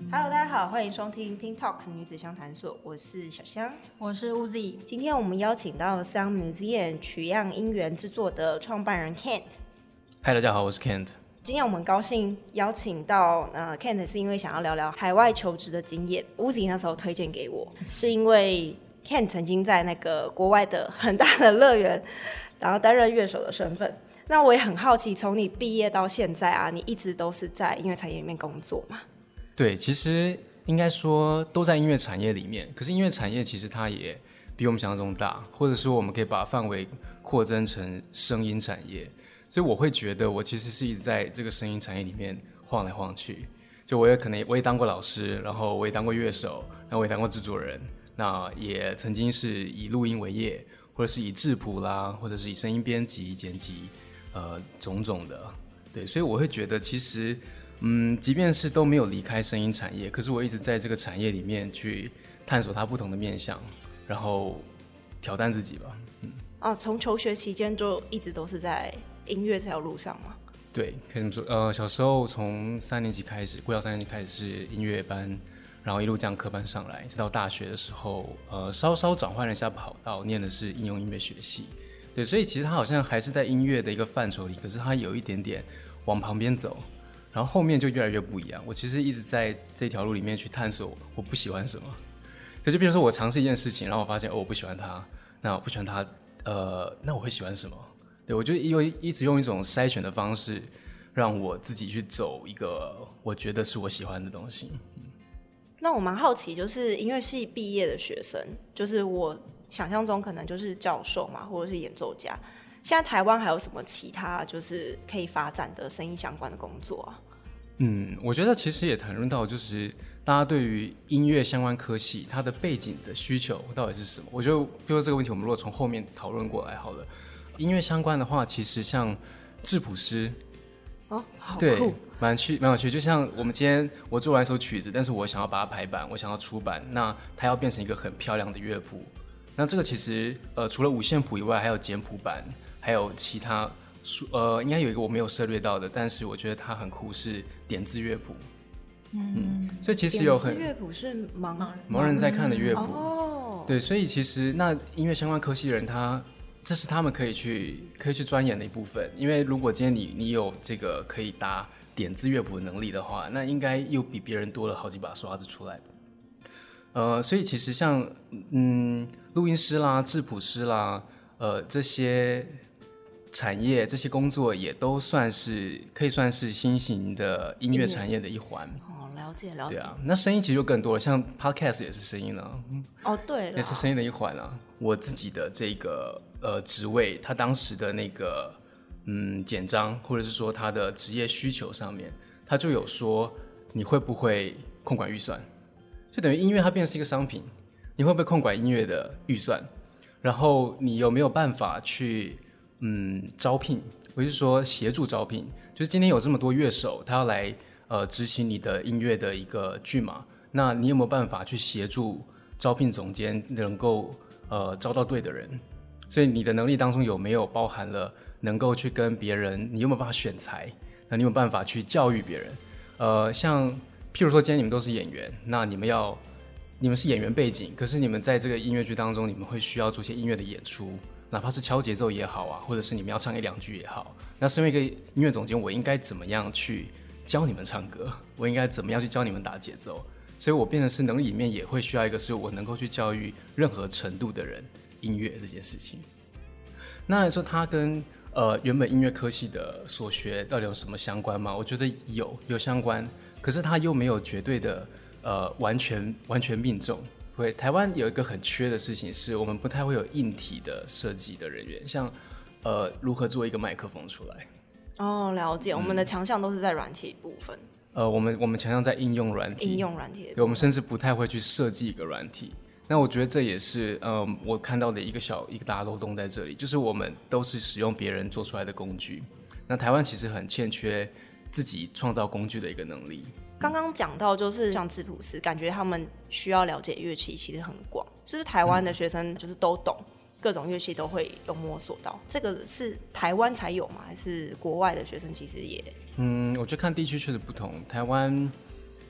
Hello， 大家好，欢迎收听 Pink Talks 女子相谈所，我是小香， 我是 Uzi。 今天我们邀请到 Sound Museum 取样音源制作的创办人 Kent。 嗨，大家好，我是 Kent。 今天我们高兴邀请到Kent， 是因为想要聊聊海外求职的经验。Uzi 那时候推荐给我，是因为 Kent 曾经在那个国外的很大的乐园，然后担任乐手的身份。那我也很好奇，从你毕业到现在啊，你一直都是在音乐产业里面工作吗？ 对，其实应该说都在音乐产业里面，可是音乐产业其实它也比我们想象中大，或者说我们可以把范围扩增成声音产业，所以我会觉得我其实是一直在这个声音产业里面晃来晃去。就我也当过老师，然后我也当过乐手，然后我也当过制作人，那也曾经是以录音为业，或者是以制谱啦，或者是以声音编辑、剪辑，种种的。对，所以我会觉得其实。即便是都没有离开声音产业，可是我一直在这个产业里面去探索它不同的面向，然后挑战自己吧。 从求学期间就一直都是在音乐这条路上吗？ 对，可以这么说。小时候从3年级开始，国小3年级开始是音乐班，然后一路这样科班上来，直到大学的时候，稍稍转换了一下跑道，念的是应用音乐学系。对，所以其实它好像还是在音乐的一个范畴里，可是它有一点点往旁边走。然后后面就越来越不一样。我其实一直在这条路里面去探索我不喜欢什么。就比如说我尝试一件事情，然后我发现我不喜欢它，那我不喜欢它，那我会喜欢什么？对，我就一直用一种筛选的方式，让我自己去走一个我觉得是我喜欢的东西。 那我蛮好奇，就是音乐系毕业的学生，就是我想象中可能就是教授嘛，或者是演奏家。现在台湾还有什么其他就是可以发展的声音相关的工作啊？ 我觉得其实也谈论到，就是大家对于音乐相关科系它的背景的需求到底是什么？我觉得，比如说这个问题，我们如果从后面讨论过来好了。音乐相关的话，其实像制谱师， 好酷， 对，蛮有趣。就像我们今天我做完一首曲子，但是我想要把它排版，我想要出版，那它要变成一个很漂亮的乐谱。那这个其实除了五线谱以外，还有简谱版。还有其他应该有一个我没有涉猎到的，但是我觉得它很酷，是点字乐谱。所以其实有很点字乐谱是盲人在看的乐谱。对，所以其实那音乐相关科系的人，这是他们可以去钻研的一部分。因为如果今天你有这个可以打点字乐谱的能力的话，那应该又比别人多了好几把刷子出来。所以其实像录音师啦、制谱师啦，这些产业这些工作也都可以算是新型的音乐产业的一环。 了解。 对啊，那声音其实就更多了，像 podcast 也是声音啊。 对了， 也是声音的一环啊。我自己的这个职位，他当时的那个简章，或者是说他的职业需求上面，他就有说你会不会控管预算，就等于音乐它变成是一个商品，你会不会控管音乐的预算？然后你有没有办法去招聘，或是说协助招聘？就是今天有这么多乐手，他要来执行你的音乐的一个剧码，那你有没有办法去协助招聘总监能够招到对的人？所以你的能力当中有没有包含了能够去跟别人，你有没有办法选材？那你有没有办法去教育别人？像譬如说今天你们都是演员，那你们是演员背景，可是你们在这个音乐剧当中，你们会需要做些音乐的演出，哪怕是敲节奏也好啊，或者是你们要唱1-2句也好。那身为一个音乐总监，我应该怎么样去教你们唱歌？我应该怎么样去教你们打节奏？所以我变成是能力里面也会需要一个是我能够去教育任何程度的人音乐这件事情。那你说它跟原本音乐科系的所学到底有什么相关吗？我觉得有相关，可是它又没有绝对的完全命中。对，台湾有一个很缺的事情是，我们不太会有硬体的设计的人员，像如何做一个麦克风出来。 了解。我们的强项都是在软体部分。 我们强项在应用软体。对，我们甚至不太会去设计一个软体。那我觉得这也是我看到的一个大漏洞在这里，就是我们都是使用别人做出来的工具。那台湾其实很欠缺自己创造工具的一个能力。 刚刚讲到就是像制谱师，感觉他们需要了解乐器其实很广，是不是台湾的学生就是都懂，各种乐器都会有摸索到？这个是台湾才有吗？还是国外的学生其实也？ 我觉得看地区确实不同。台湾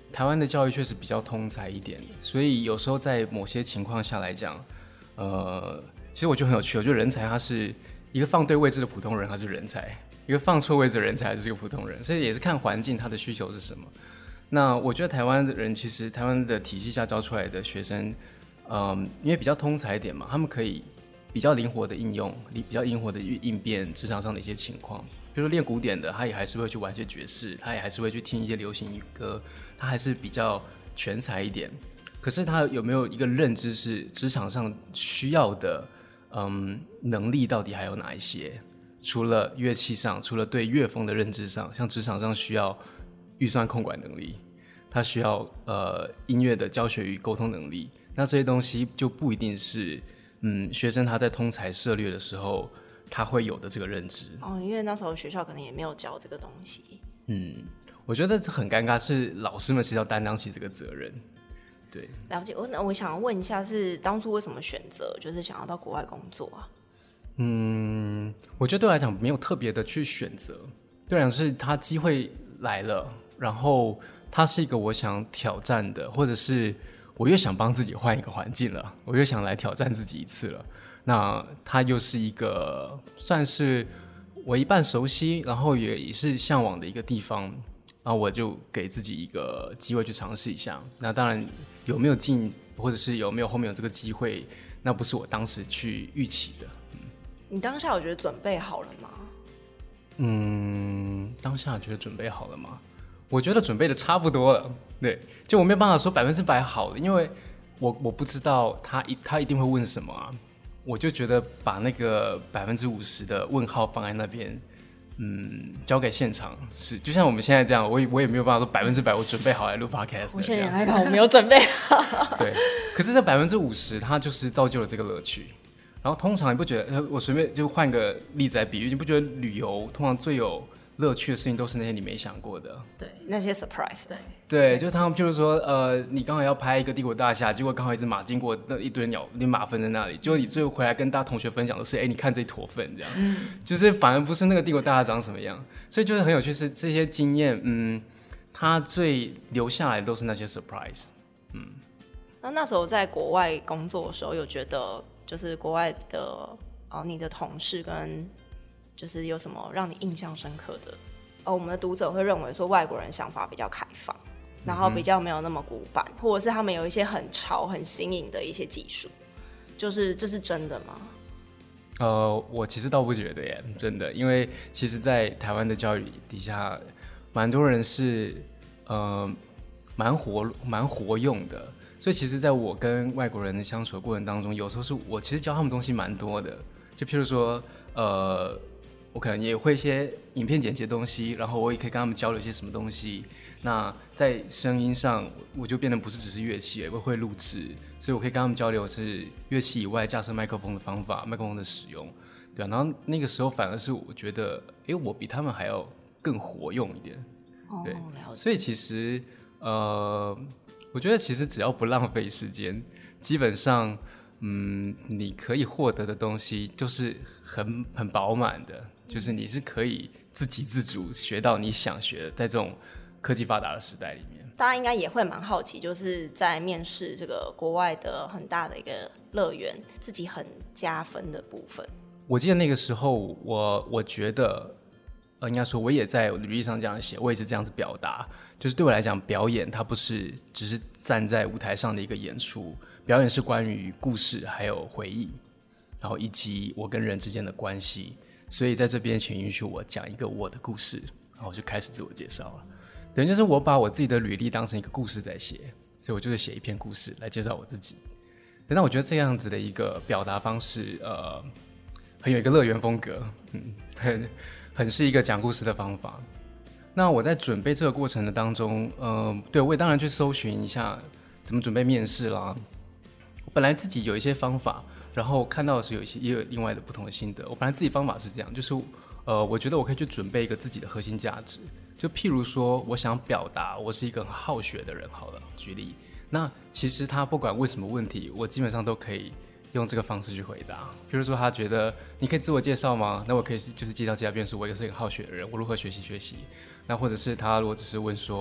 台湾的教育确实比较通才一点，所以有时候在某些情况下来讲，其实我觉得很有趣，我觉得人才他是一个放对位置的普通人，他是人才；一个放错位置的人才，还是一个普通人。所以也是看环境，他的需求是什么。那我觉得台湾的人，其实台湾的体系下教出来的学生，因为比较通才一点嘛，他们可以比较灵活的应用，比较灵活的应变职场上的一些情况。比如说练古典的，他也还是会去玩一些爵士，他也还是会去听一些流行歌，他还是比较全才一点。可是他有没有一个认知是职场上需要的，能力到底还有哪一些？除了乐器上，除了对乐风的认知上，像职场上需要预算控管能力，他需要音乐的教学与沟通能力。那这些东西就不一定是学生他在通才涉略的时候他会有的这个认知。 因为那时候学校可能也没有教这个东西。 我觉得这很尴尬，是老师们其实要担当起这个责任。对， 了解。我想要问一下，是当初为什么选择就是想要到国外工作啊？ 我觉得对我来讲没有特别的去选择，对我来讲是他机会来了，然后他是一个我想挑战的，或者是我又想帮自己换一个环境了，我又想来挑战自己一次了。那他又是一个算是我一半熟悉，然后也是向往的一个地方，然后我就给自己一个机会去尝试一下。那当然有没有进，或者是有没有后面有这个机会，那不是我当时去预期的。 你当下我觉得准备好了吗？ 当下觉得准备好了吗？我觉得准备的差不多了。对，就我没有办法说100%好了，因为我不知道他一定会问什么啊。我就觉得把那个50%的问号放在那边，交给现场是，就像我们现在这样，我也没有办法说100%我准备好来录 podcast。 我现在也害怕我没有准备好。 对，可是这50%它就是造就了这个乐趣。然后通常你不觉得，我随便就换个例子来比喻，你不觉得旅游通常最有乐趣的事情都是那些你没想过的？ 对，那些 surprise。 对，就是他们，譬如说，你刚好要拍一个帝国大厦，结果刚好一只马经过，那一堆马粪在那里，结果你最后回来跟大家同学分享的是，你看这一坨粪，这样，就是反而不是那个帝国大厦长什么样，所以就是很有趣，是这些经验，它最留下来的都是那些 surprise。 那时候在国外工作的时候，有觉得就是国外的你的同事跟就是有什么让你印象深刻的？我们的读者会认为说外国人想法比较开放，然后比较没有那么古板，或者是他们有一些很潮、很新颖的一些技术，就是这是真的吗？ 我其实倒不觉得耶，真的，因为其实，在台湾的教育底下，蛮多人是蛮活用的。所以其实在我跟外国人相处的过程当中，有时候是我其实教他们东西蛮多的，就譬如说我可能也会一些影片剪辑的东西，然后我也可以跟他们交流一些什么东西。那在声音上我就变得不是只是乐器，我会录制，所以我可以跟他们交流是乐器以外架设麦克风的方法，麦克风的使用，对啊。然后那个时候反而是我觉得我比他们还要更活用一点。对，所以其实我觉得其实只要不浪费时间，基本上你可以获得的东西就是很饱满的，就是你是可以自给自足学到你想学的，在这种科技发达的时代里面。 大家应该也会蛮好奇，就是在面试这个国外的很大的一个乐园，自己很加分的部分。 我记得那个时候我觉得应该说我也在履历上这样写，我也是这样子表达，就是对我来讲，表演它不是只是站在舞台上的一个演出，表演是关于故事还有回忆，然后以及我跟人之间的关系。所以在这边请允许我讲一个我的故事，然后我就开始自我介绍了。等于就是我把我自己的履历当成一个故事在写，所以我就是写一篇故事来介绍我自己。但我觉得这样子的一个表达方式很有一个乐园风格，很是一个讲故事的方法。那我在准备这个过程的当中，对，我也当然去搜寻一下怎么准备面试啦。我本来自己有一些方法，然后看到的是也有另外的不同的心得。我本来自己方法是这样，就是我觉得我可以去准备一个自己的核心价值，就譬如说我想表达我是一个很好学的人，好了，举例。那其实他不管问什么问题，我基本上都可以用这个方式去回答。比如说他觉得你可以自我介绍吗？那我可以就是介绍别人说我也是一个好学的人，我如何学习。那或者是他如果只是问说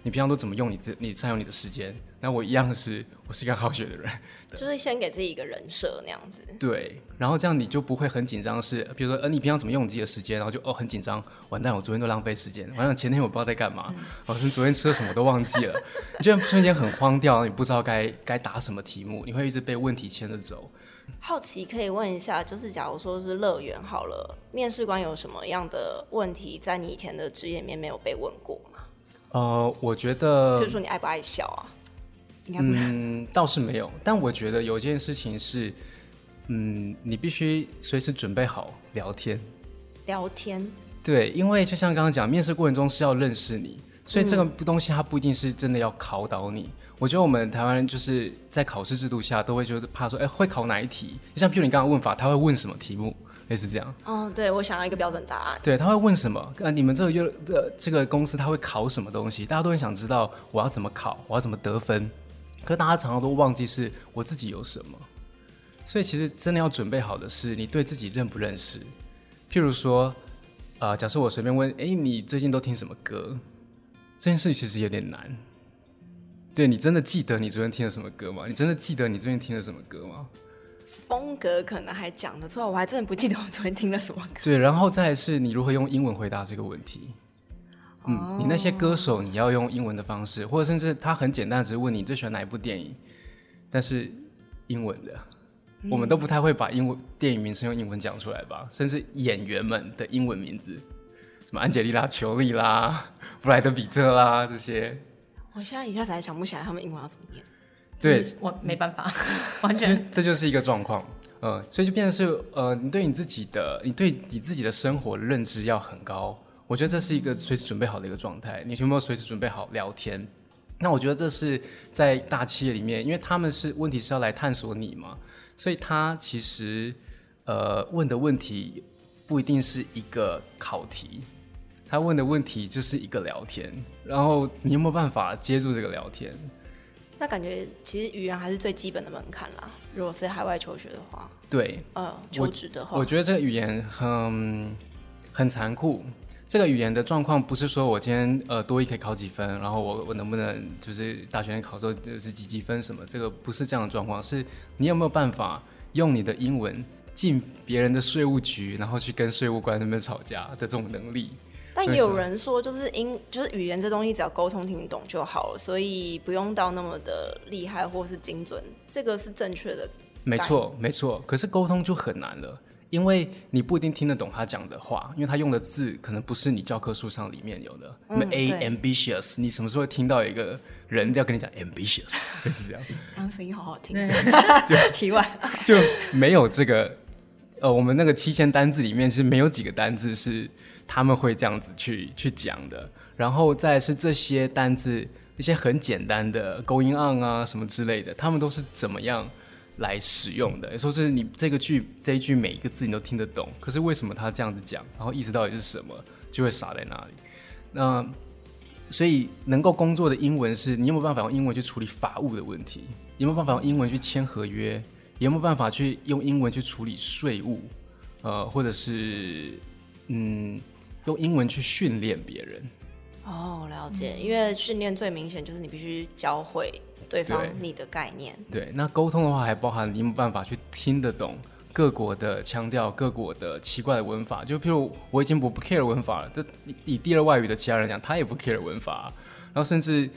你平常都怎么用你善用你的时间？那我一样我是一个好学的人， 就是先给自己一个人设那样子。 对，然后这样你就不会很紧张，是比如说你平常怎么用你自己的时间，然后就很紧张，完蛋，我昨天都浪费时间，完了前天我不知道在干嘛，昨天吃了什么都忘记了，你就瞬间很慌掉，你不知道该答什么题目，你会一直被问题牵着走。 好奇可以问一下，就是假如说是乐园好了，面试官有什么样的问题在你以前的职业里面没有被问过吗？ 我觉得， 比如说你爱不爱笑啊？应该不倒是没有，但我觉得有一件事情是，你必须随时准备好聊天。 聊天， 对，因为就像刚刚讲，面试过程中是要认识你，所以这个东西它不一定是真的要考倒你。我觉得我们台湾人就是在考试制度下都会就是怕说，会考哪一题？就像譬如你刚刚问法，他会问什么题目，类似这样。 哦，对，我想要一个标准答案。 对，他会问什么？你们这个公司他会考什么东西？大家都很想知道我要怎么考，我要怎么得分。可是大家常常都忘记是我自己有什么。所以其实真的要准备好的是你对自己认不认识。譬如说，假设我随便问，你最近都听什么歌？这件事其实有点难。对，你真的记得你昨天听了什么歌吗？你真的记得你最近听了什么歌吗？ 风格可能还讲得出来，我还真的不记得我昨天听了什么歌。 对，然后再来是你如何用英文回答这个问题。你那些歌手你要用英文的方式，或者甚至他很简单，只是问你最喜欢哪一部电影，但是英文的，我们都不太会把电影名称用英文讲出来吧？甚至演员们的英文名字，什么安吉丽拉·裘丽啦、布莱德·彼特啦这些， 我现在一下子还想不起来他们英文要怎么念。 对， 我没办法，完全这就是一个状况。所以就变成是你对你自己的生活的认知要很高。我觉得这是一个随时准备好的一个状态。你有没有随时准备好聊天？那我觉得这是在大企业里面，因为他们问题是要来探索你嘛，所以他其实问的问题不一定是一个考题，他问的问题就是一个聊天，然后你有没有办法接住这个聊天？ 那感觉其实语言还是最基本的门槛啦。如果是海外求学的话， 对， 求职的话， 我觉得这个语言很残酷。这个语言的状况不是说我今天多益可以考几分，然后我能不能就是大学考之后是几分什么，这个不是这样的状况，是你有没有办法用你的英文进别人的税务局，然后去跟税务官那边吵架的这种能力。 但也有人说，就是语言这东西只要沟通听得懂就好了，所以不用到那么的厉害或是精准，这个是正确的。 没错，没错。可是沟通就很难了，因为你不一定听得懂他讲的话，因为他用的字可能不是你教科书上里面有的。ambitious， 你什么时候会听到有一个人要跟你讲 ambitious， 就是这样。 刚刚声音好好听， 就题外就没有这个。我们那个7000单字里面是没有几个单字是他们会这样子去讲的，然后再来是这些单字一些很简单的 going on 啊什么之类的，他们都是怎么样来使用的。有时候就是你这一句每一个字你都听得懂，可是为什么他这样子讲，然后意思到底是什么，就会傻在那里。那所以能够工作的英文是你有没有办法用英文去处理法务的问题，有没有办法用英文去签合约，有没有办法去用英文去处理税务，或者是用英文去训练别人。 哦，了解。因为训练最明显就是你必须教会对方你的概念。对， 那沟通的话还包含你有没有办法去听得懂各国的腔调、各国的奇怪的文法。就譬如我已经不 care 文法了，以第二外语的其他人讲，他也不 care 文法。然后甚至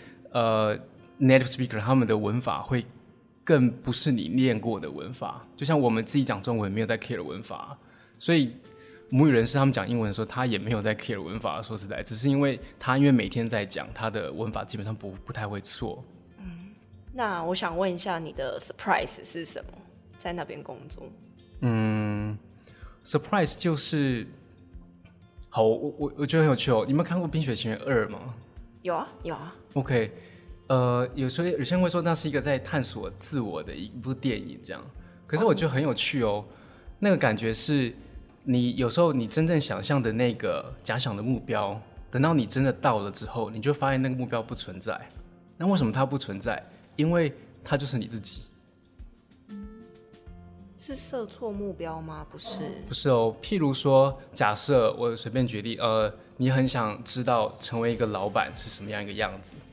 native speaker 他们的文法会更不是你练过的文法，就像我们自己讲中文没有在 care 文法，所以母语人士他们讲英文的时候，他也没有在 care 文法。说实在，只是因为每天在讲，他的文法基本上不太会错。 那我想问一下，你的 surprise 是什么？在那边工作 ？surprise 就是好，我觉得很有趣哦。你们看过《冰雪奇缘2》吗？ 有啊，有啊。 OK。有些人会说那是一个在探索自我的一部电影，这样。可是我觉得很有趣哦，那个感觉是你有时候你真正想象的那个假想的目标，等到你真的到了之后，你就发现那个目标不存在。那为什么它不存在？因为它就是你自己。 是设错目标吗？不是， 不是哦。譬如说，假设我随便举例，你很想知道成为一个老板是什么样一个样子。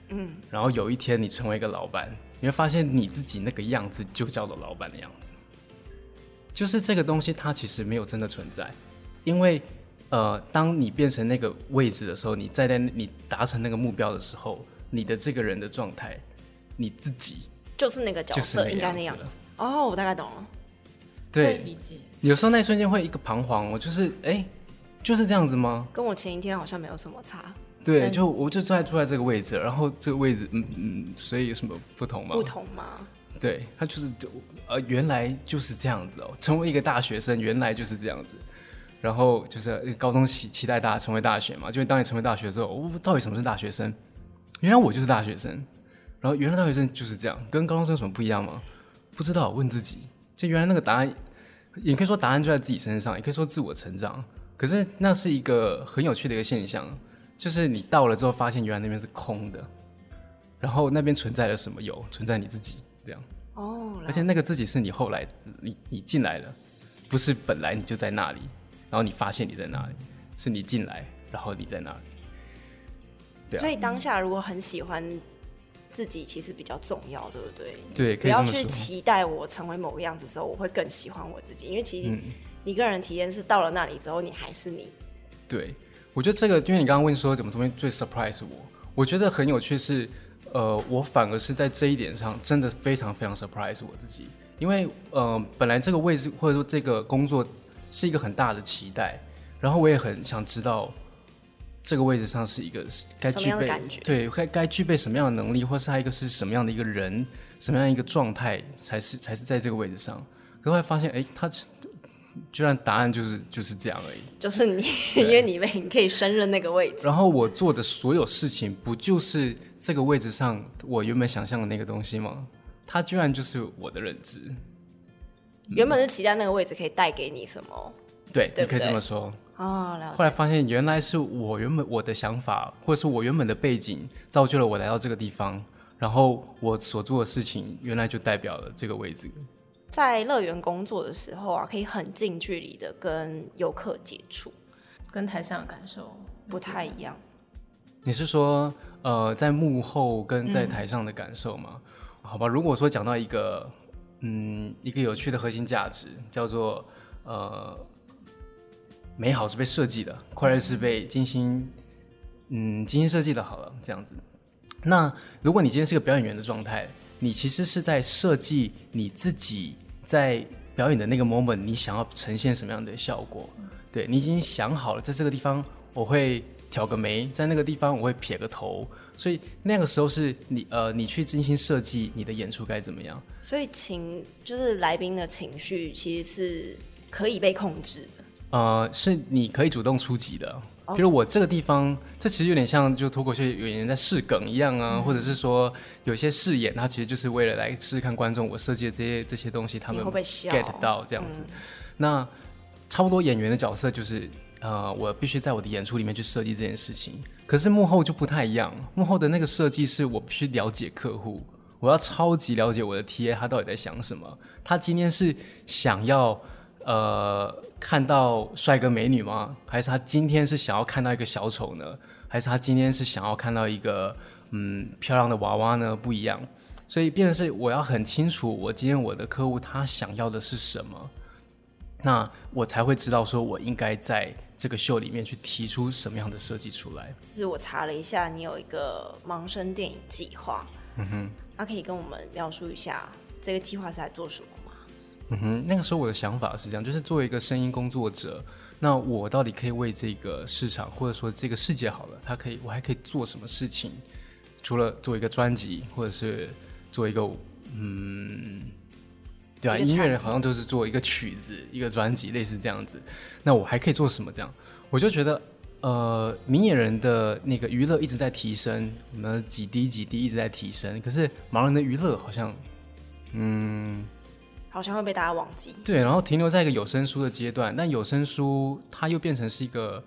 然后有一天你成为一个老板，你会发现你自己那个样子就叫做老板的样子。就是这个东西它其实没有真的存在，因为当你变成那个位置的时候，你你达成那个目标的时候，你的这个人的状态，你自己就是那个角色应该那样子。哦，我大概懂了。 对， 理解。 有时候那一瞬间会一个彷徨，我就是就是这样子吗？ 跟我前一天好像没有什么差。 对，我就坐在这个位置，然后这个位置，所以有什么不同吗？ 不同吗？ 对，他就是原来就是这样子哦，成为一个大学生原来就是这样子。然后就是高中期待大家成为大学嘛，就是当你成为大学之后，到底什么是大学生？原来我就是大学生，然后原来大学生就是这样，跟高中生有什么不一样吗？不知道，问自己。就原来那个答案，也可以说答案就在自己身上，也可以说自我成长。可是那是一个很有趣的一个现象，就是你到了之后发现原来那边是空的，然后那边存在了什么？存在你自己这样。 哦， 而且那个自己是你后来你进来了，不是本来你就在那里，然后你发现你在那里，是你进来，然后你在那里。对啊， 所以当下如果很喜欢自己，其实比较重要，对不对？ 对，可不要去以这么说。 期待我成为某个样子之后，我会更喜欢我自己，因为其实你个人体验是到了那里之后，你还是你。 对，我觉得这个，因为你刚刚问说怎么东西最 surprise 我觉得很有趣是，我反而是在这一点上真的非常非常 surprise 我自己，因为本来这个位置或者说这个工作是一个很大的期待，然后我也很想知道这个位置上是一个该具什么样的备感觉对该具备什么样的能力，或是他一个是什么样的一个人，什么样的一个状态才是在这个位置上。可是后来发现，他居然答案就是这样而已。 就是你，因为你可以胜任那个位置。 然后我做的所有事情，不就是这个位置上我原本想象的那个东西吗？它居然就是我的认知。 原本是期待那个位置可以带给你什么？ 对， 对不对你可以这么说。 哦，了解。 后来发现原来是我的想法，或者是我原本的背景，造就了我来到这个地方，然后我所做的事情，原来就代表了这个位置。 在乐园工作的时候啊，可以很近距离的跟游客接触， 跟台上的感受不太一样。 你是说在幕后跟在台上的感受吗？好吧，如果说讲到一个有趣的核心价值，叫做美好是被设计的，快乐是被精心设计的，好了，这样子。那如果你今天是个表演员的状态，你其实是在设计你自己在表演的那个 moment， 你想要呈现什么样的效果？对，你已经想好了，在这个地方我会挑个眉，在那个地方我会撇个头，所以那个时候是你去精心设计你的演出该怎么样。 所以就是来宾的情绪其实是可以被控制的。 是你可以主动出击的。比如我这个地方，这其实有点像就脱口秀演员在试梗一样啊，或者是说有些试演，它其实就是为了来试试看观众我设计的这些东西，他们你会不会笑 get 到这样子。那差不多演员的角色就是我必须在我的演出里面去设计这件事情。可是幕后就不太一样，幕后的那个设计是我必须了解客户，我要超级了解我的 TA 他到底在想什么，他今天是想要看到帅哥美女吗？还是他今天是想要看到一个小丑呢？还是他今天是想要看到一个漂亮的娃娃呢？不一样，所以变成是我要很清楚我今天我的客户他想要的是什么，那我才会知道说我应该在这个秀里面去提出什么样的设计出来。 就是我查了一下，你有一个盲生电影计划，可以跟我们描述一下这个计划是在做什么吗？ 那个时候我的想法是这样，就是作为一个声音工作者，那我到底可以为这个市场或者说这个世界好了，我还可以做什么事情？除了做一个专辑，或者是做一个对啊，音乐人好像都是做一个曲子、一个专辑，类似这样子。那我还可以做什么？这样，我就觉得，明眼人的那个娱乐一直在提升，我们几滴几滴一直在提升，可是盲人的娱乐好像， 好像会被大家忘记。 对，然后停留在一个有声书的阶段，但有声书它又变成是一个，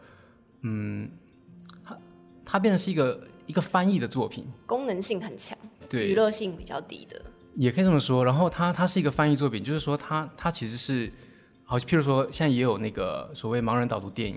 它变成是一个翻译的作品， 功能性很强， 对， 娱乐性比较低的， 也可以这么说。然后它是一个翻译作品，就是说它其实是，好，譬如说现在也有那个所谓盲人导读电影，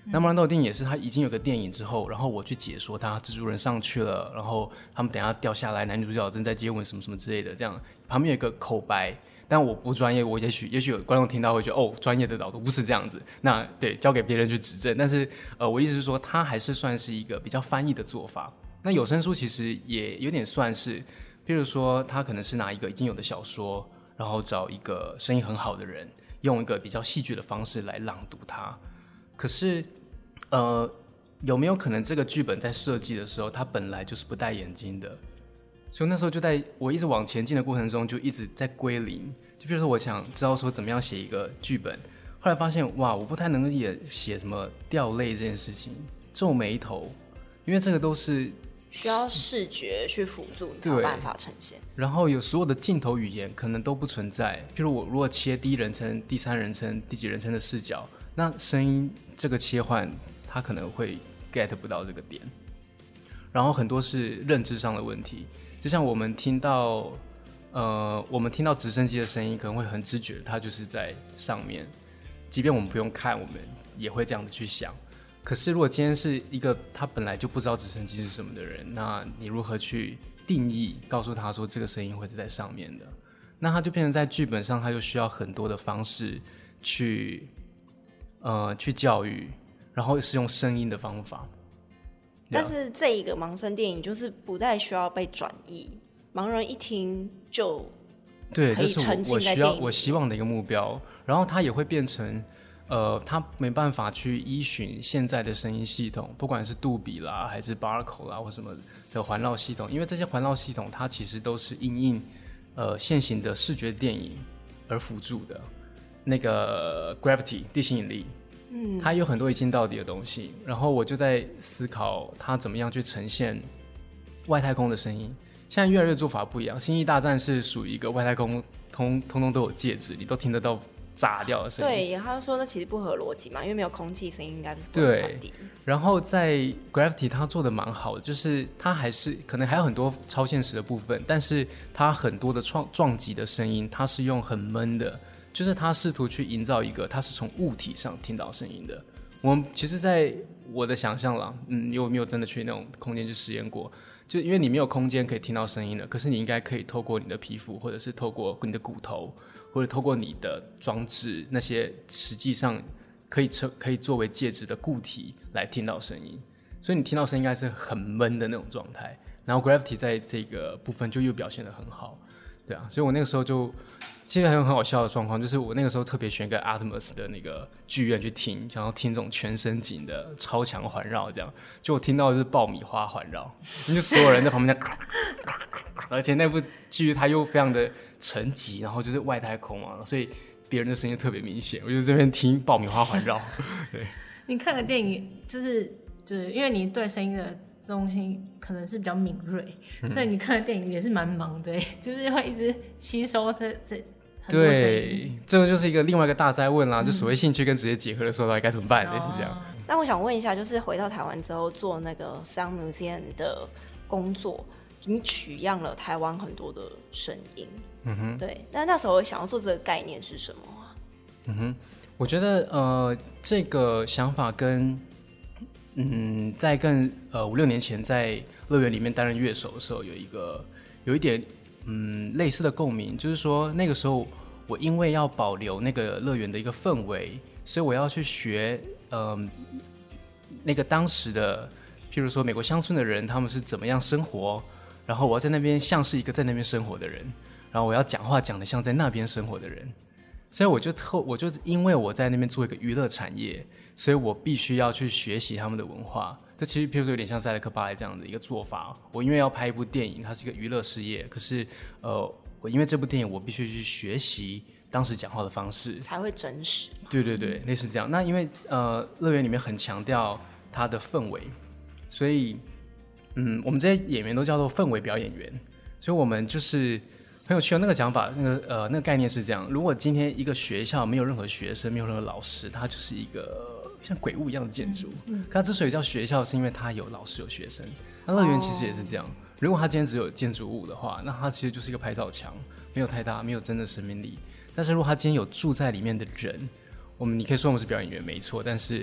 那莫兰道的电影也是，他已经有个电影之后，然后我去解说他蜘蛛人上去了，然后他们等一下掉下来，男女主角正在接吻什么什么之类的，这样旁边有一个口白。但我不专业，我也许有观众听到会觉得哦，专业的导读不是这样子，那对交给别人去指正。但是我意思是说，它还是算是一个比较翻译的做法。那有声书其实也有点算是，譬如说，他可能是拿一个已经有的小说，然后找一个声音很好的人，用一个比较戏剧的方式来朗读它。可是有没有可能这个剧本在设计的时候，它本来就是不戴眼睛的？所以那时候就在我一直往前进的过程中，就一直在归零。就比如说，我想知道说怎么样写一个剧本，后来发现哇，我不太能写什么掉泪这件事情，皱眉头，因为这个都是需要视觉去辅助，你才有办法呈现。 然后有所有的镜头语言可能都不存在，譬如我如果切第一人称、第三人称、第几人称的视角，那声音这个切换，它可能会 get 不到这个点。然后很多是认知上的问题。就像我们听到直升机的声音，可能会很直觉，它就是在上面。即便我们不用看，我们也会这样子去想。可是如果今天是一个他本来就不知道直升机是什么的人，那你如何去定义，告诉他说这个声音会是在上面的？那他就变成在剧本上，他就需要很多的方式去教育，然后是用声音的方法。 但是这一个盲声电影就是不再需要被转译，盲人一听就对， 可以沉浸在电影里。 我希望的一个目标。然后它也会变成，它没办法去依循现在的声音系统，不管是杜比啦，还是 Barco 啦，或什么的环绕系统，因为这些环绕系统它其实都是因应现行的视觉电影而辅助的。那个 Gravity 地心引力。它有很多一镜到底的东西，然后我就在思考它怎么样去呈现外太空的声音。现在越来越做法不一样，星际大战是属于一个外太空通通都有介质，你都听得到炸掉的声音。 对，他就说那其实不合逻辑嘛，因为没有空气，声音应该是不能传递。 然后在 Gravity 它做的蛮好的，就是它还是可能还有很多超现实的部分，但是它很多的撞击的声音，它是用很闷的。就是他试图去营造一个他是从物体上听到声音的。我们其实在我的想象啦，因为我没有真的去那种空间去实验过，就因为你没有空间可以听到声音的，可是你应该可以透过你的皮肤，或者是透过你的骨头，或者透过你的装置，那些实际上可以作为介质的固体来听到声音。所以你听到声音应该是很闷的那种状态。然后 Gravity 在这个部分就又表现得很好。对啊，所以我那个时候就其实还有很好笑的状况，就是我那个时候特别选一个 Atmos 的那个剧院去听，想要听这种全身景的超强环绕，这样就我听到的是爆米花环绕，就所有人在旁边在而且那部剧它又非常的沉寂，然后就是外太空嘛，所以别人的声音特别明显，我就这边听爆米花环绕。对， 你看个电影就是因为你对声音的东西可能是比较敏锐，所以你看的电影也是蛮忙的，就是会一直吸收这很多声音。 对，这个就是另外一个大哉问啦，就所谓兴趣跟职业结合的时候，到底该怎么办？类似这样。 但我想问一下，就是回到台湾之后做那个 Sound Museum 的工作，你取样了台湾很多的声音，对。但那时候想要做这个概念是什么？ 我觉得这个想法跟在更5-6年前在乐园里面担任乐手的时候，有一点类似的共鸣，就是说那个时候我因为要保留那个乐园的一个氛围，所以我要去学那个当时的，譬如说美国乡村的人他们是怎么样生活，然后我要在那边像是一个在那边生活的人，然后我要讲话讲得像在那边生活的人，所以我就因为我在那边做一个娱乐产业，所以我必须要去学习他们的文化。这其实譬如说有点像塞勒克巴莱这样的一个做法。我因为要拍一部电影，它是一个娱乐事业，可是我因为这部电影我必须去学习当时讲话的方式， 才会真实嘛。 对对对，类似这样。那因为乐园里面很强调它的氛围，所以我们这些演员都叫做氛围表演员，所以我们就是很有趣的那个讲法，那个概念是这样：如果今天一个学校没有任何学生，没有任何老师，它就是一个像鬼屋一样的建筑。可它之所以叫学校，是因为它有老师有学生。那乐园其实也是这样。如果它今天只有建筑物的话，那它其实就是一个拍照墙，没有太大，没有真的生命力。但是如果它今天有住在里面的人，你可以说我们是表演员没错，但是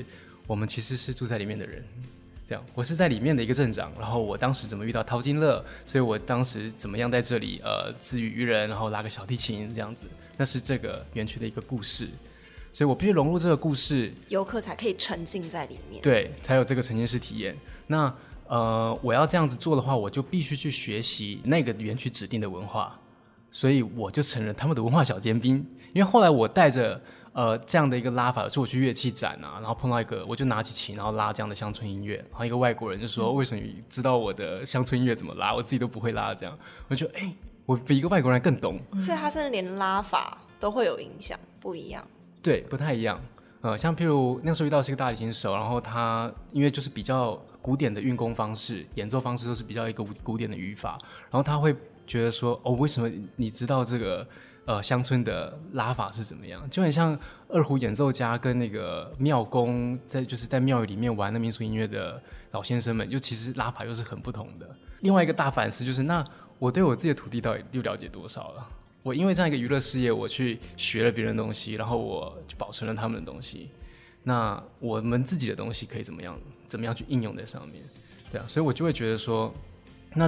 我们其实是住在里面的人。这样，我是在里面的一个镇长，然后我当时怎么遇到淘金乐，所以我当时怎么样在这里自娱于人，然后拉个小提琴这样子，那是这个园区的一个故事，所以我必须融入这个故事， 游客才可以沉浸在里面， 对，才有这个沉浸式体验。那我要这样子做的话，我就必须去学习那个园区指定的文化，所以我就成了他们的文化小尖兵。因为后来我带着这样的一个拉法，就我去乐器展啊，然后碰到一个，我就拿起琴，然后拉这样的乡村音乐，然后一个外国人就说：“为什么你知道我的乡村音乐怎么拉？我自己都不会拉。”这样，我就我比一个外国人还更懂。 所以他甚至连拉法都会有影响，不一样。对， 不太一样。像譬如那时候遇到是一个大提琴手，然后他因为就是比较古典的运弓方式、演奏方式都是比较一个古典的语法，然后他会觉得说：“为什么你知道这个？”乡村的拉法是怎么样，就很像二胡演奏家跟那个庙公就是在庙宇里面玩的民俗音乐的老先生们，其实拉法又是很不同的。另外一个大反思就是，那我对我自己的土地到底又了解多少了？我因为这样一个娱乐事业，我去学了别人的东西，然后我就保存了他们的东西，那我们自己的东西可以怎么样去应用在上面？对啊，所以我就会觉得说，那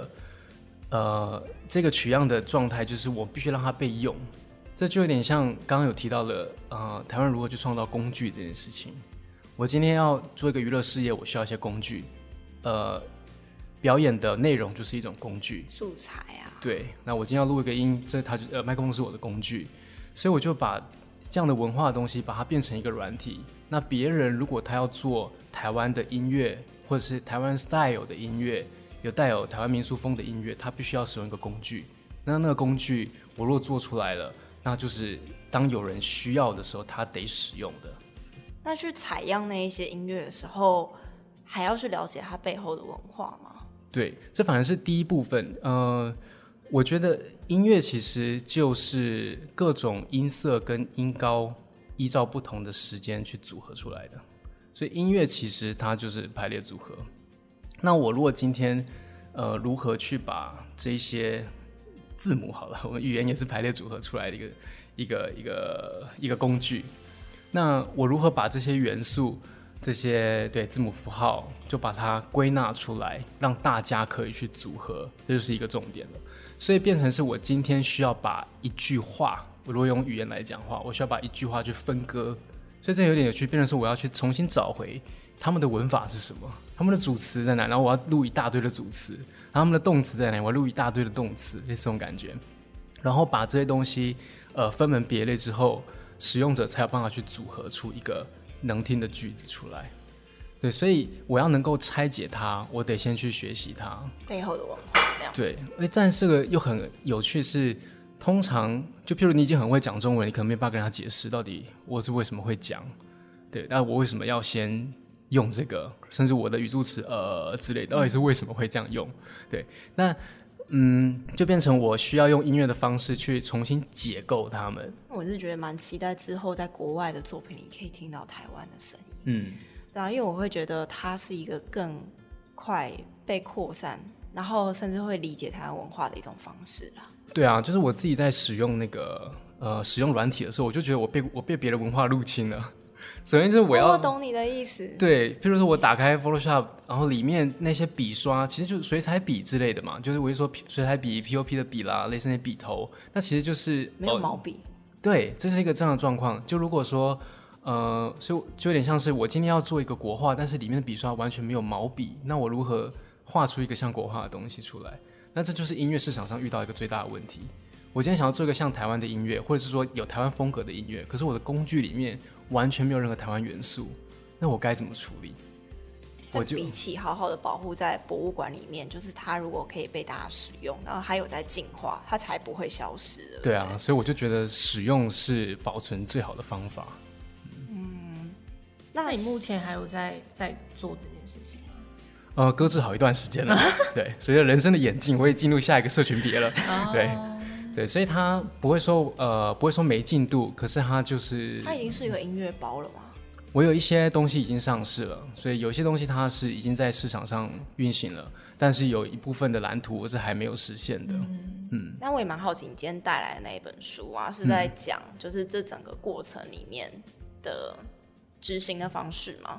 这个取样的状态就是我必须让它被用，这就有点像刚刚有提到的台湾如何去创造工具这件事情。我今天要做一个娱乐事业，我需要一些工具，表演的内容就是一种工具， 素材啊。 对，那我今天要录一个音，麦克风是我的工具，所以我就把这样的文化的东西把它变成一个软体。那别人如果他要做台湾的音乐，或者是台湾 style 的音乐，有带有台湾民俗风的音乐，它必须要使用一个工具。那个工具我如果做出来了，那就是当有人需要的时候，他得使用的。 那去采样那一些音乐的时候，还要去了解它背后的文化吗？ 对，这反而是第一部分。我觉得音乐其实就是各种音色跟音高依照不同的时间去组合出来的，所以音乐其实它就是排列组合。那我如果今天如何去把这些字母好了，我们语言也是排列组合出来的一个工具。那我如何把这些元素、这些字母符号，就把它归纳出来，让大家可以去组合，这就是一个重点了。所以变成是我今天需要把一句话，我如果用语言来讲话，我需要把一句话去分割，所以这有点有趣，变成是我要去重新找回他们的文法是什么，他们的主词在哪，然后我要录一大堆的主词，然后他们的动词在哪，我要录一大堆的动词，类似这种感觉。然后把这些东西分门别类之后，使用者才有办法去组合出一个能听的句子出来。对，所以我要能够拆解它，我得先去学习它背后的文化。 对，但是这个又很有趣是，通常就譬如你已经很会讲中文，你可能没办法跟他解释到底我是为什么会讲，对，那我为什么要先用这个，甚至我的语助词之类的，到底是为什么会这样用？对，那就变成我需要用音乐的方式去重新解构它们。 我是觉得蛮期待之后在国外的作品里可以听到台湾的声音。对啊，因为我会觉得它是一个更快被扩散，然后甚至会理解台湾文化的一种方式啦。 对啊，就是我自己在使用那个使用软体的时候，我就觉得我被别的文化入侵了。首先就是我懂你的意思。 对，譬如说我打开 Photoshop， 然后里面那些笔刷其实就是水彩笔之类的嘛，就是我就说水彩笔 POP 的笔啦，类似那些笔头，那其实就是没有毛笔。 对，这是一个这样的状况。就如果说所以就有点像是我今天要做一个国画，但是里面的笔刷完全没有毛笔，那我如何画出一个像国画的东西出来？那这就是音乐市场上遇到一个最大的问题。我今天想要做一个像台湾的音乐，或者是说有台湾风格的音乐，可是我的工具里面完全没有任何台湾元素，那我该怎么处理？ 我就比起好好的保护在博物馆里面，就是它如果可以被大家使用，然后它有在进化，它才不会消失的。 对啊，所以我就觉得使用是保存最好的方法。 那你目前还有在做这件事情吗？ 搁置好一段时间了。对，随着人生的演进，我也进入下一个社群别了。对，所以他不会说没进度，可是他已经是一个音乐包了吗？ 我有一些东西已经上市了，所以有些东西它是已经在市场上运行了，但是有一部分的蓝图我是还没有实现的。 那我也蛮好奇，你今天带来的那一本书啊，是在讲就是这整个过程里面的执行的方式吗？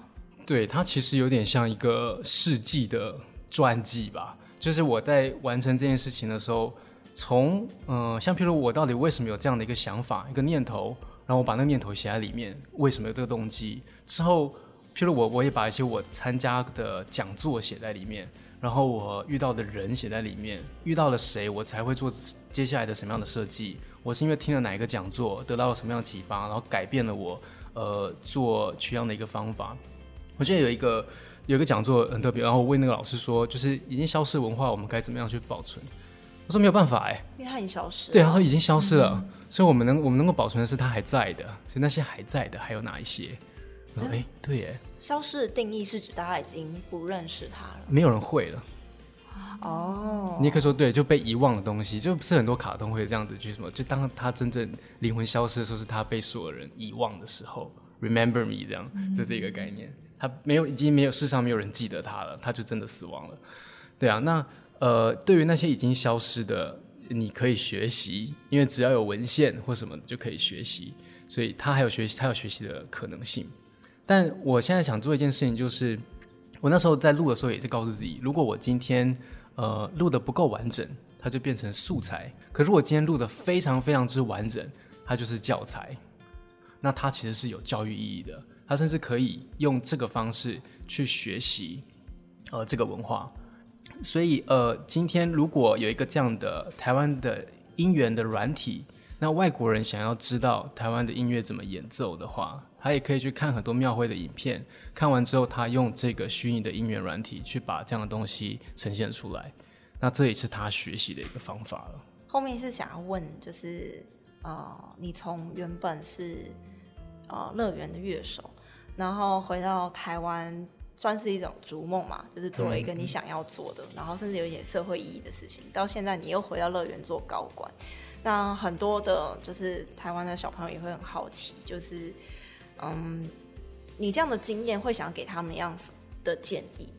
对，它其实有点像一个事迹的传记吧。就是我在完成这件事情的时候，从像譬如我到底为什么有这样的一个想法、一个念头，然后我把那个念头写在里面，为什么有这个动机？之后，譬如我也把一些我参加的讲座写在里面，然后我遇到的人写在里面，遇到了谁，我才会做接下来的什么样的设计。我是因为听了哪一个讲座，得到了什么样的启发，然后改变了我做取样的一个方法。我记得有一个讲座很特别，然后我问那个老师说，就是已经消失文化，我们该怎么样去保存？我说没有办法因为它已经消失了。 对，他说已经消失了，所以我们能够保存的是它还在的，所以那些还在的还有哪一些？我说对耶， 消失的定义是指大家已经不认识它了， 没有人会了。 哦， 你也可以说对，就被遗忘的东西，就不是很多卡通会这样子去什么，就当他真正灵魂消失的时候，是他被所有人遗忘的时候 ，Remember me 这样，这是一个概念。他已经没有世上没有人记得他了，他就真的死亡了。对啊，那对于那些已经消失的，你可以学习，因为只要有文献或什么就可以学习，所以他有学习的可能性。但我现在想做一件事情，就是我那时候在录的时候也是告诉自己，如果我今天录的不够完整，它就变成素材；可是我今天录的非常非常之完整，它就是教材。那它其实是有教育意义的，它甚至可以用这个方式去学习这个文化。所以今天如果有一个这样的台湾的音源的软体，那外国人想要知道台湾的音乐怎么演奏的话，他也可以去看很多庙会的影片，看完之后他用这个虚拟的音源软体去把这样的东西呈现出来，那这也是他学习的一个方法了。 后面是想要问，就是你从原本是乐园的乐手，然后回到台湾，算是一种逐梦嘛，就是做了一个你想要做的，然后甚至有一点社会意义的事情。到现在你又回到乐园做高管，那很多的就是台湾的小朋友也会很好奇，就是你这样的经验会想给他们样子的建议？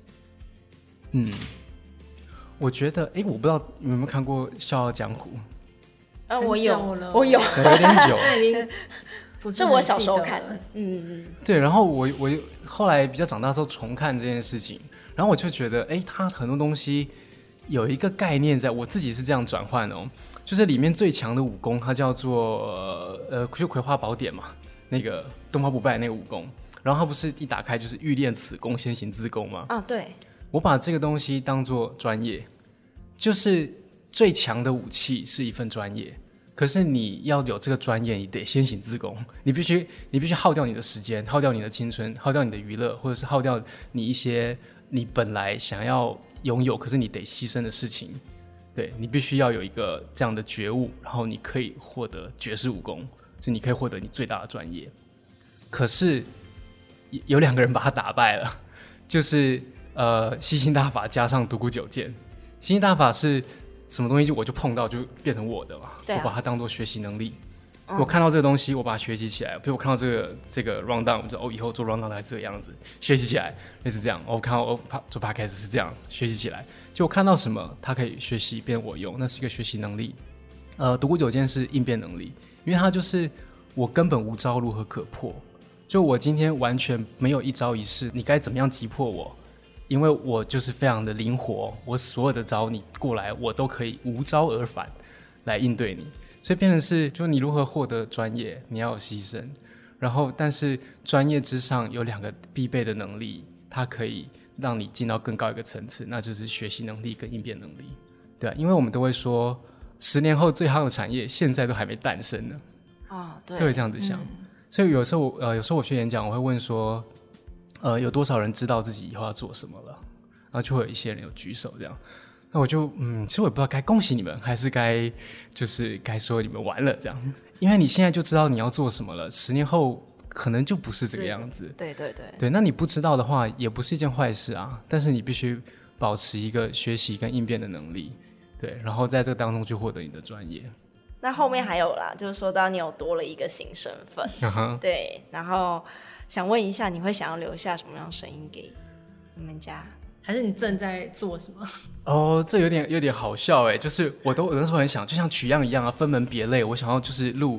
我觉得我不知道你们有没有看过《笑傲江湖》？ 我有， 对，有点久， 已经不是我小时候看的。 对，然后我后来比较长大之后重看这件事情，然后我就觉得，它很多东西有一个概念在，我自己是这样转换哦，就是里面最强的武功，它叫做就葵花宝典嘛，那个东方不败那个武功，然后它不是一打开就是欲练此功，先行自宫吗？ 对，我把这个东西当作专业，就是最强的武器是一份专业。可是你要有这个专业，你得先行自宫，你必须耗掉你的时间，耗掉你的青春，耗掉你的娱乐，或者是耗掉你一些你本来想要拥有，可是你得牺牲的事情。对，你必须要有一个这样的觉悟，然后你可以获得绝世武功，就你可以获得你最大的专业。可是有两个人把他打败了，就是吸星大法加上独孤九剑。吸星大法是什么东西我就碰到就变成我的嘛，我把它当作学习能力。我看到这个东西，我把它学习起来。比如我看到这个 round down， 我就以后做 round down 还是这个样子，学习起来，类似这样。我看到做 podcast 是这样，学习起来。就我看到什么，它可以学习变我用，那是一个学习能力。独孤九剑是应变能力，因为它就是我根本无招，如何可破？就我今天完全没有一招一式，你该怎么样击破我？因为我就是非常的灵活，我所有的招你过来，我都可以无招而返来应对你。所以变成是，就你如何获得专业，你要有牺牲。然后，但是专业之上有两个必备的能力，它可以让你进到更高一个层次，那就是学习能力跟应变能力。对啊，因为我们都会说，10年后最夯的产业，现在都还没诞生呢。 对， 都会这样子想。所以有时候我去演讲，我会问说，有多少人知道自己以后要做什么了？然后就会有一些人有举手这样。那我就其实我也不知道该恭喜你们，还是该说你们完了这样。因为你现在就知道你要做什么了，10年后可能就不是这个样子。对，那你不知道的话，也不是一件坏事啊。但是你必须保持一个学习跟应变的能力，对，然后在这个当中就获得你的专业。 那后面还有啦，就是说到你有多了一个新身份，对，然后想问一下，你会想要留下什么样的声音给你们家？ 还是你正在做什么？ 这有点好笑哎，就是我那时候很想，就像取样一样啊，分门别类。我想要就是录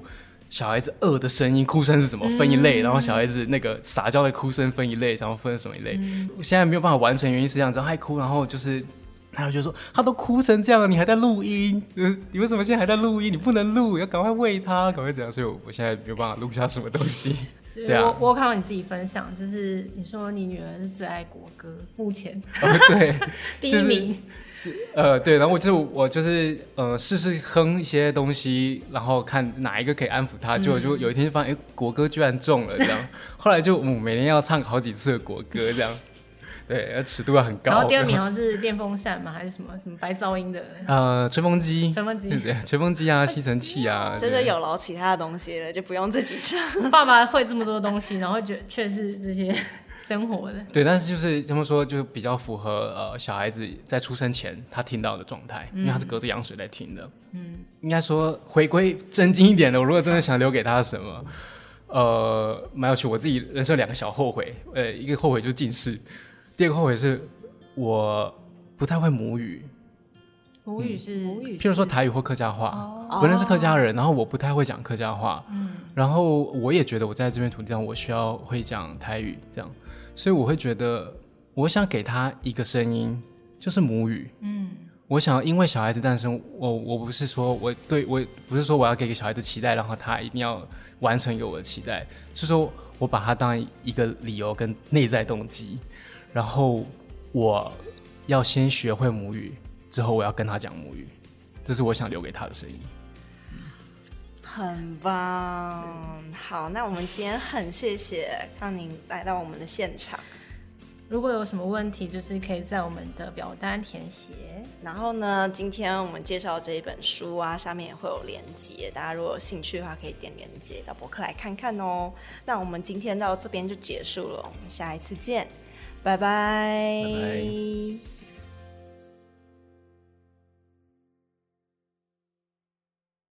小孩子的声音哭声是怎么分一类，然后小孩子那个撒娇的哭声分一类，然后分什么一类。我现在没有办法完成，原因是这样子，他哭，然后就是他就觉得说他都哭成这样了，你还在录音，你为什么现在还在录音？你不能录，要赶快喂他，赶快这样。所以我现在没有办法录下什么东西。对啊， 我有看到你自己分享，就是你说你女儿是最爱国歌，目前对第一名。 对，然后我就是试试哼一些东西，然后看哪一个可以安抚他，就有一天就发现，国歌居然中了这样。后来就每天要唱好几次的国歌这样。对，尺度要很高。 然后第二名好像是电风扇嘛，还是什么白噪音的？ 吹风机。 对， 吹风机啊，吸尘器啊。 这就有了其他的东西了，就不用自己唱。 爸爸会这么多东西，然后却是这些生活的。 对，但是就是他们说，就比较符合小孩子在出生前他听到的状态，因为他是隔着羊水在听的。应该说回归正经一点的，我如果真的想留给他什么，蛮有趣。我自己人生有2个小后悔，一个后悔就是近视。第二个后悔是我不太会母语。 母语是， 譬如说台语或客家话。本人是客家人，然后我不太会讲客家话。然后我也觉得我在这片土地上，我需要会讲台语，这样，所以我会觉得我想给他一个声音，就是母语。我想因为小孩子诞生，我不是说我不是说我要给小孩子期待，然后他一定要完成有我的期待，是说我把它当一个理由跟内在动机。然后我要先学会母语，之后我要跟他讲母语，这是我想留给他的声音。 很棒。好，那我们今天很谢谢让您来到我们的现场。 如果有什么问题，就是可以在我们的表单填写。 然后呢，今天我们介绍这一本书啊，下面也会有连结，大家如果有兴趣的话，可以点连结到博客来看看哦。那我们今天到这边就结束了，我们下一次见。拜拜。 拜拜。